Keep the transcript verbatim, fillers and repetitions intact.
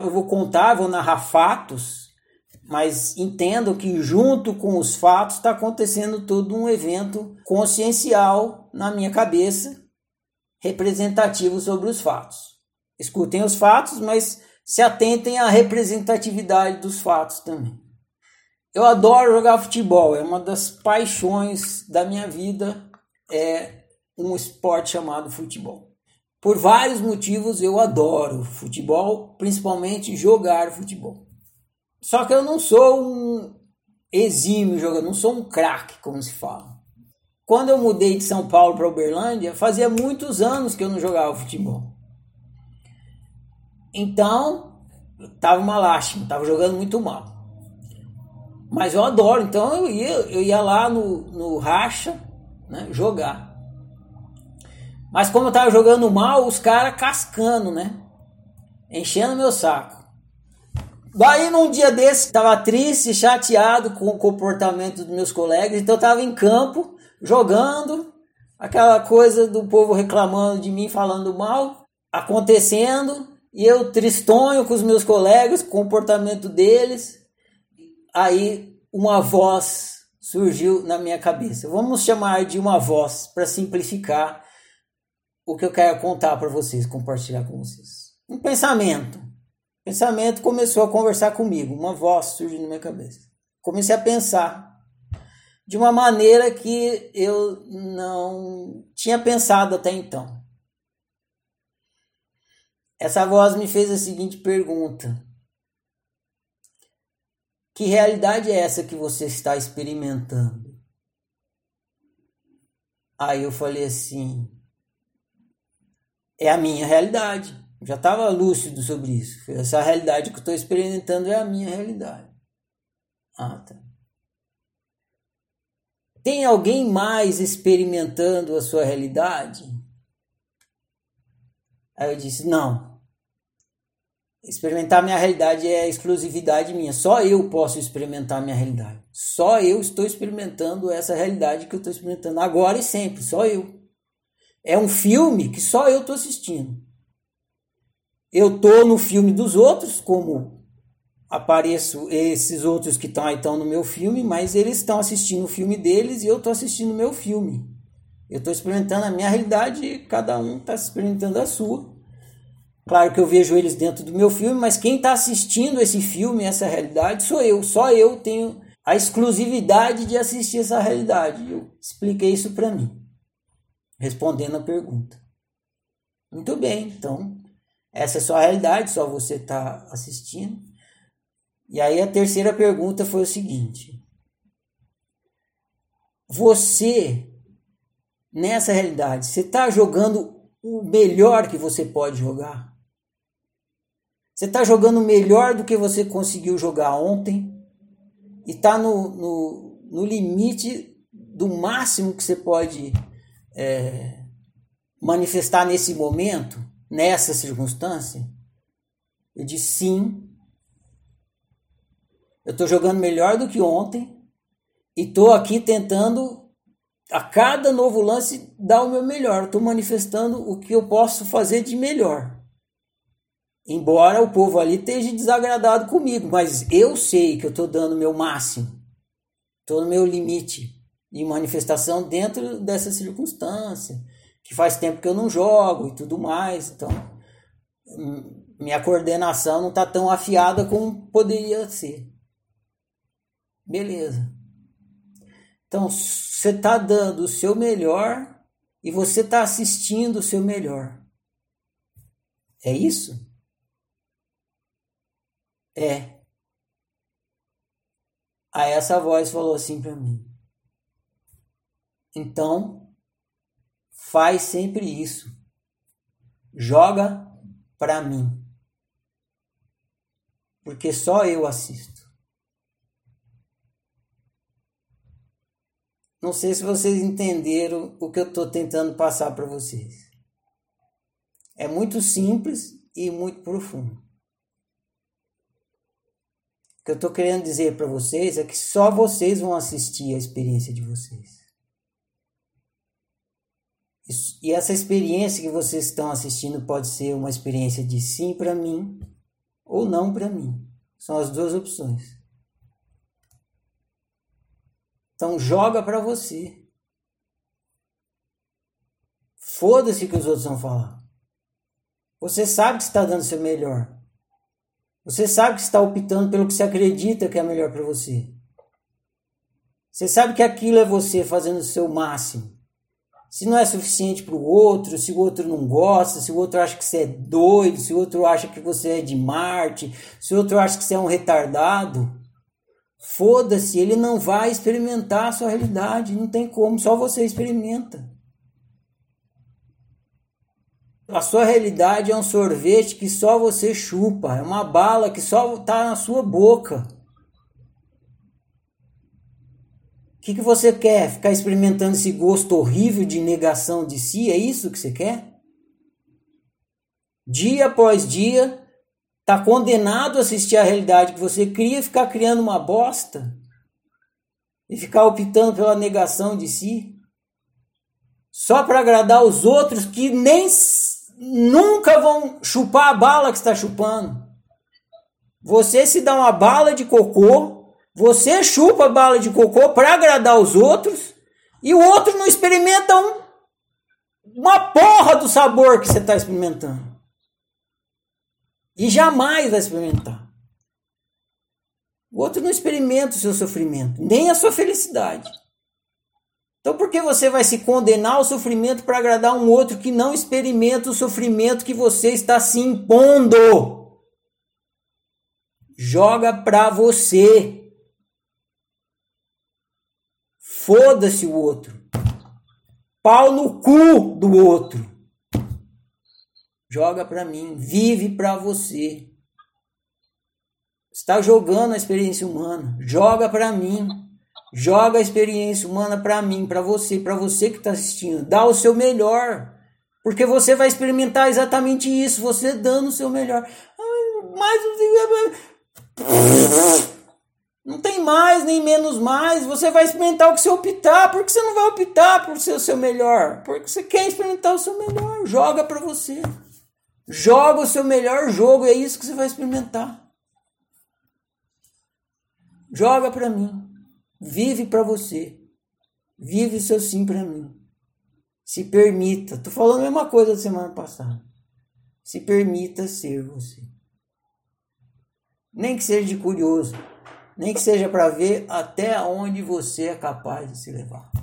Eu vou contar, vou narrar fatos, mas entendo que junto com os fatos está acontecendo todo um evento consciencial na minha cabeça, representativo sobre os fatos. Escutem os fatos, mas se atentem à representatividade dos fatos também. Eu adoro jogar futebol, é uma das paixões da minha vida, é um esporte chamado futebol. Por vários motivos eu adoro futebol, principalmente jogar futebol. Só que eu não sou um exímio jogador, não sou um craque, como se fala. Quando eu mudei de São Paulo para Uberlândia, fazia muitos anos que eu não jogava futebol. Então, estava uma lástima, estava jogando muito mal. Mas eu adoro, então eu ia, eu ia lá no, no racha, né, jogar. Mas como eu tava jogando mal, os caras cascando, né? Enchendo meu saco. Daí num dia desse, tava triste, chateado com o comportamento dos meus colegas. Então eu tava em campo, jogando. Aquela coisa do povo reclamando de mim, falando mal, acontecendo. E eu tristonho com os meus colegas, o comportamento deles. Aí uma voz surgiu na minha cabeça. Vamos chamar de uma voz para simplificar o que eu quero contar para vocês, compartilhar com vocês. Um pensamento. O pensamento começou a conversar comigo. Uma voz surgiu na minha cabeça. Comecei a pensar de uma maneira que eu não tinha pensado até então. Essa voz me fez a seguinte pergunta: que realidade é essa que você está experimentando? Aí eu falei assim: é a minha realidade. Eu já estava lúcido sobre isso. Essa realidade que eu estou experimentando é a minha realidade. Ah, tá. Tem alguém mais experimentando a sua realidade? Aí eu disse: não. Experimentar minha realidade é exclusividade minha. Só eu posso experimentar minha realidade. Só eu estou experimentando essa realidade que eu estou experimentando agora e sempre. Só eu. É um filme que só eu estou assistindo. Eu estou no filme dos outros, como apareço esses outros que estão aí estão no meu filme, mas eles estão assistindo o filme deles e eu estou assistindo o meu filme. Eu estou experimentando a minha realidade e cada um está experimentando a sua. Claro que eu vejo eles dentro do meu filme, mas quem está assistindo esse filme, essa realidade, sou eu. Só eu tenho a exclusividade de assistir essa realidade. Eu expliquei isso para mim, respondendo a pergunta. Muito bem, então, essa é só a realidade, só você está assistindo. E aí a terceira pergunta foi o seguinte: você, nessa realidade, você está jogando o melhor que você pode jogar? Você está jogando melhor do que você conseguiu jogar ontem? E está no, no, no limite do máximo que você pode é, manifestar nesse momento, nessa circunstância? Eu disse sim. Eu estou jogando melhor do que ontem e estou aqui tentando, a cada novo lance, dar o meu melhor. Estou manifestando o que eu posso fazer de melhor. Embora o povo ali esteja desagradado comigo, mas eu sei que eu estou dando o meu máximo. Estou no meu limite de manifestação dentro dessa circunstância, que faz tempo que eu não jogo e tudo mais. Então, minha coordenação não está tão afiada como poderia ser. Beleza. Então, você está dando o seu melhor e você está assistindo o seu melhor. É isso? É. Aí essa voz falou assim para mim: então, faz sempre isso. Joga para mim. Porque só eu assisto. Não sei se vocês entenderam o que eu estou tentando passar para vocês. É muito simples e muito profundo. O que eu estou querendo dizer para vocês é que só vocês vão assistir a experiência de vocês. E essa experiência que vocês estão assistindo pode ser uma experiência de sim para mim ou não para mim. São as duas opções. Então joga para você. Foda-se o que os outros vão falar. Você sabe que está dando o seu melhor. Você sabe que está optando pelo que você acredita que é melhor para você. Você sabe que aquilo é você fazendo o seu máximo. Se não é suficiente para o outro, se o outro não gosta, se o outro acha que você é doido, se o outro acha que você é de Marte, se o outro acha que você é um retardado, foda-se, ele não vai experimentar a sua realidade, não tem como, só você experimenta. A sua realidade é um sorvete que só você chupa, é uma bala que só está na sua boca. O que, que você quer? Ficar experimentando esse gosto horrível de negação de si? É isso que você quer? Dia após dia, está condenado a assistir a realidade que você cria e ficar criando uma bosta? E ficar optando pela negação de si? Só para agradar os outros que nem nunca vão chupar a bala que está chupando. Você se dá uma bala de cocô, você chupa a bala de cocô para agradar os outros e o outro não experimenta um, uma porra do sabor que você está experimentando. E jamais vai experimentar. O outro não experimenta o seu sofrimento, nem a sua felicidade. Então por que você vai se condenar ao sofrimento para agradar um outro que não experimenta o sofrimento que você está se impondo? Joga para você. Foda-se o outro. Pau no cu do outro. Joga para mim. Vive para você. Está jogando a experiência humana. Joga para mim. Joga a experiência humana para mim, para você, para você que está assistindo. Dá o seu melhor. Porque você vai experimentar exatamente isso. Você dando o seu melhor. Mas não tem mais nem menos mais. Você vai experimentar o que você optar. Por que você não vai optar por ser o seu melhor? Porque você quer experimentar o seu melhor. Joga para você. Joga o seu melhor jogo. É isso que você vai experimentar. Joga para mim. Vive para você. Vive o seu sim para mim. Se permita. Tô falando a mesma coisa da semana passada. Se permita ser você. Nem que seja de curioso. Nem que seja para ver até onde você é capaz de se levar.